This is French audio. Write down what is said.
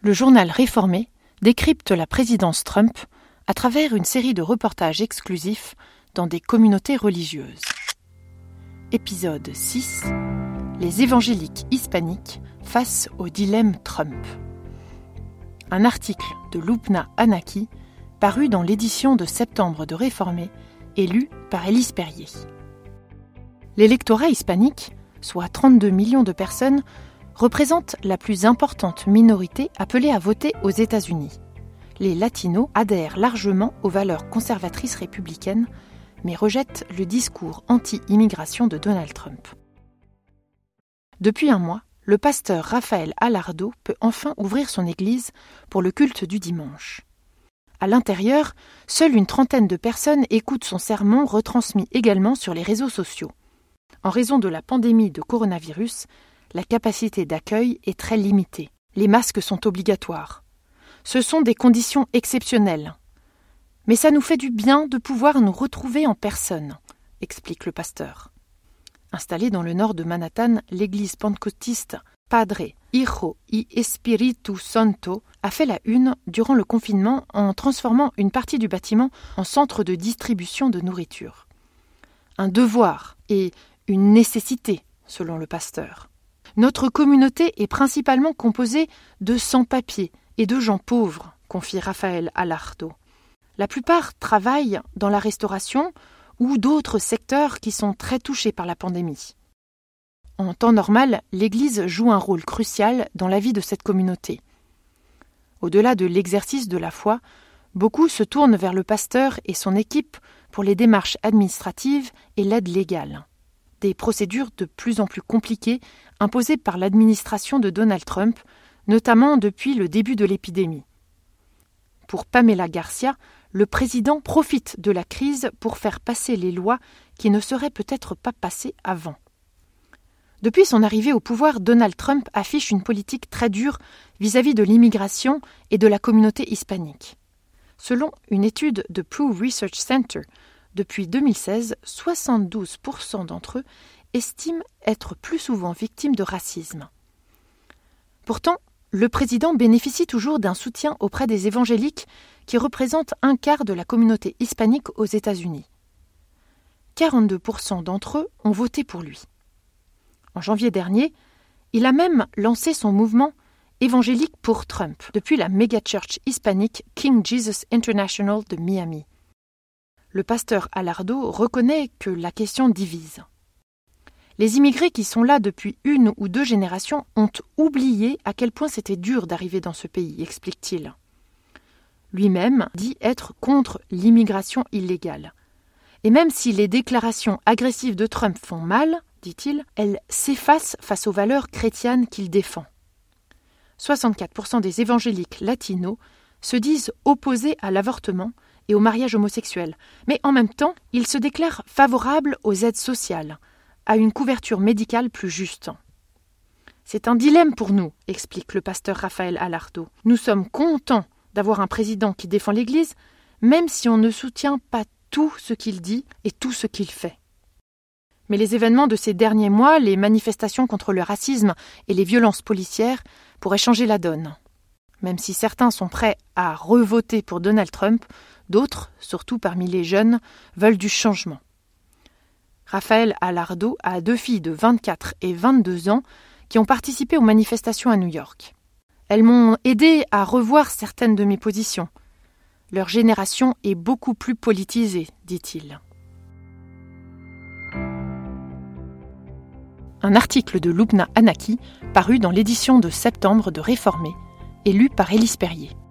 Le journal Réformé décrypte la présidence Trump à travers une série de reportages exclusifs dans des communautés religieuses. Épisode 6. Les évangéliques hispaniques face au dilemme Trump. Un article de Lubna Anaki paru dans l'édition de septembre de Réformé et lu par Élise Perrier. L'électorat hispanique, soit 32 millions de personnes, représente la plus importante minorité appelée à voter aux États-Unis. Les latinos adhèrent largement aux valeurs conservatrices républicaines, mais rejettent le discours anti-immigration de Donald Trump. Depuis un mois, le pasteur Rafael Alardo peut enfin ouvrir son église pour le culte du dimanche. À l'intérieur, seule une trentaine de personnes écoutent son sermon retransmis également sur les réseaux sociaux. En raison de la pandémie de coronavirus, la capacité d'accueil est très limitée. Les masques sont obligatoires. Ce sont des conditions exceptionnelles. Mais ça nous fait du bien de pouvoir nous retrouver en personne, explique le pasteur. Installée dans le nord de Manhattan, l'église pentecôtiste Padre Hijo y Espíritu Santo a fait la une durant le confinement en transformant une partie du bâtiment en centre de distribution de nourriture. Un devoir et une nécessité, selon le pasteur. Notre communauté est principalement composée de sans-papiers et de gens pauvres, confie Rafael Alardo. La plupart travaillent dans la restauration ou d'autres secteurs qui sont très touchés par la pandémie. En temps normal, l'Église joue un rôle crucial dans la vie de cette communauté. Au-delà de l'exercice de la foi, beaucoup se tournent vers le pasteur et son équipe pour les démarches administratives et l'aide légale. Des procédures de plus en plus compliquées imposées par l'administration de Donald Trump, notamment depuis le début de l'épidémie. Pour Pamela Garcia, le président profite de la crise pour faire passer les lois qui ne seraient peut-être pas passées avant. Depuis son arrivée au pouvoir, Donald Trump affiche une politique très dure vis-à-vis de l'immigration et de la communauté hispanique. Selon une étude de Pew Research Center, depuis 2016, 72% d'entre eux estiment être plus souvent victimes de racisme. Pourtant, le président bénéficie toujours d'un soutien auprès des évangéliques qui représentent un quart de la communauté hispanique aux États-Unis. 42% d'entre eux ont voté pour lui. En janvier dernier, il a même lancé son mouvement évangélique pour Trump depuis la méga-church hispanique King Jesus International de Miami. Le pasteur Alardo reconnaît que la question divise. Les immigrés qui sont là depuis 1 ou 2 générations ont oublié à quel point c'était dur d'arriver dans ce pays, explique-t-il. Lui-même dit être contre l'immigration illégale. Et même si les déclarations agressives de Trump font mal, dit-il, elles s'effacent face aux valeurs chrétiennes qu'il défend. 64% des évangéliques latinos se disent opposés à l'avortement et au mariage homosexuel, mais en même temps, ils se déclarent favorables aux aides sociales, à une couverture médicale plus juste. C'est un dilemme pour nous, explique le pasteur Rafael Alardo. Nous sommes contents d'avoir un président qui défend l'Église, même si on ne soutient pas tout ce qu'il dit et tout ce qu'il fait. Mais les événements de ces derniers mois, les manifestations contre le racisme et les violences policières pourraient changer la donne. Même si certains sont prêts à revoter pour Donald Trump, d'autres, surtout parmi les jeunes, veulent du changement. Rafael Alardo a 2 filles de 24 et 22 ans qui ont participé aux manifestations à New York. Elles m'ont aidé à revoir certaines de mes positions. Leur génération est beaucoup plus politisée, dit-il. Un article de Lubna Anaki paru dans l'édition de septembre de Réformé et lu par Élise Perrier.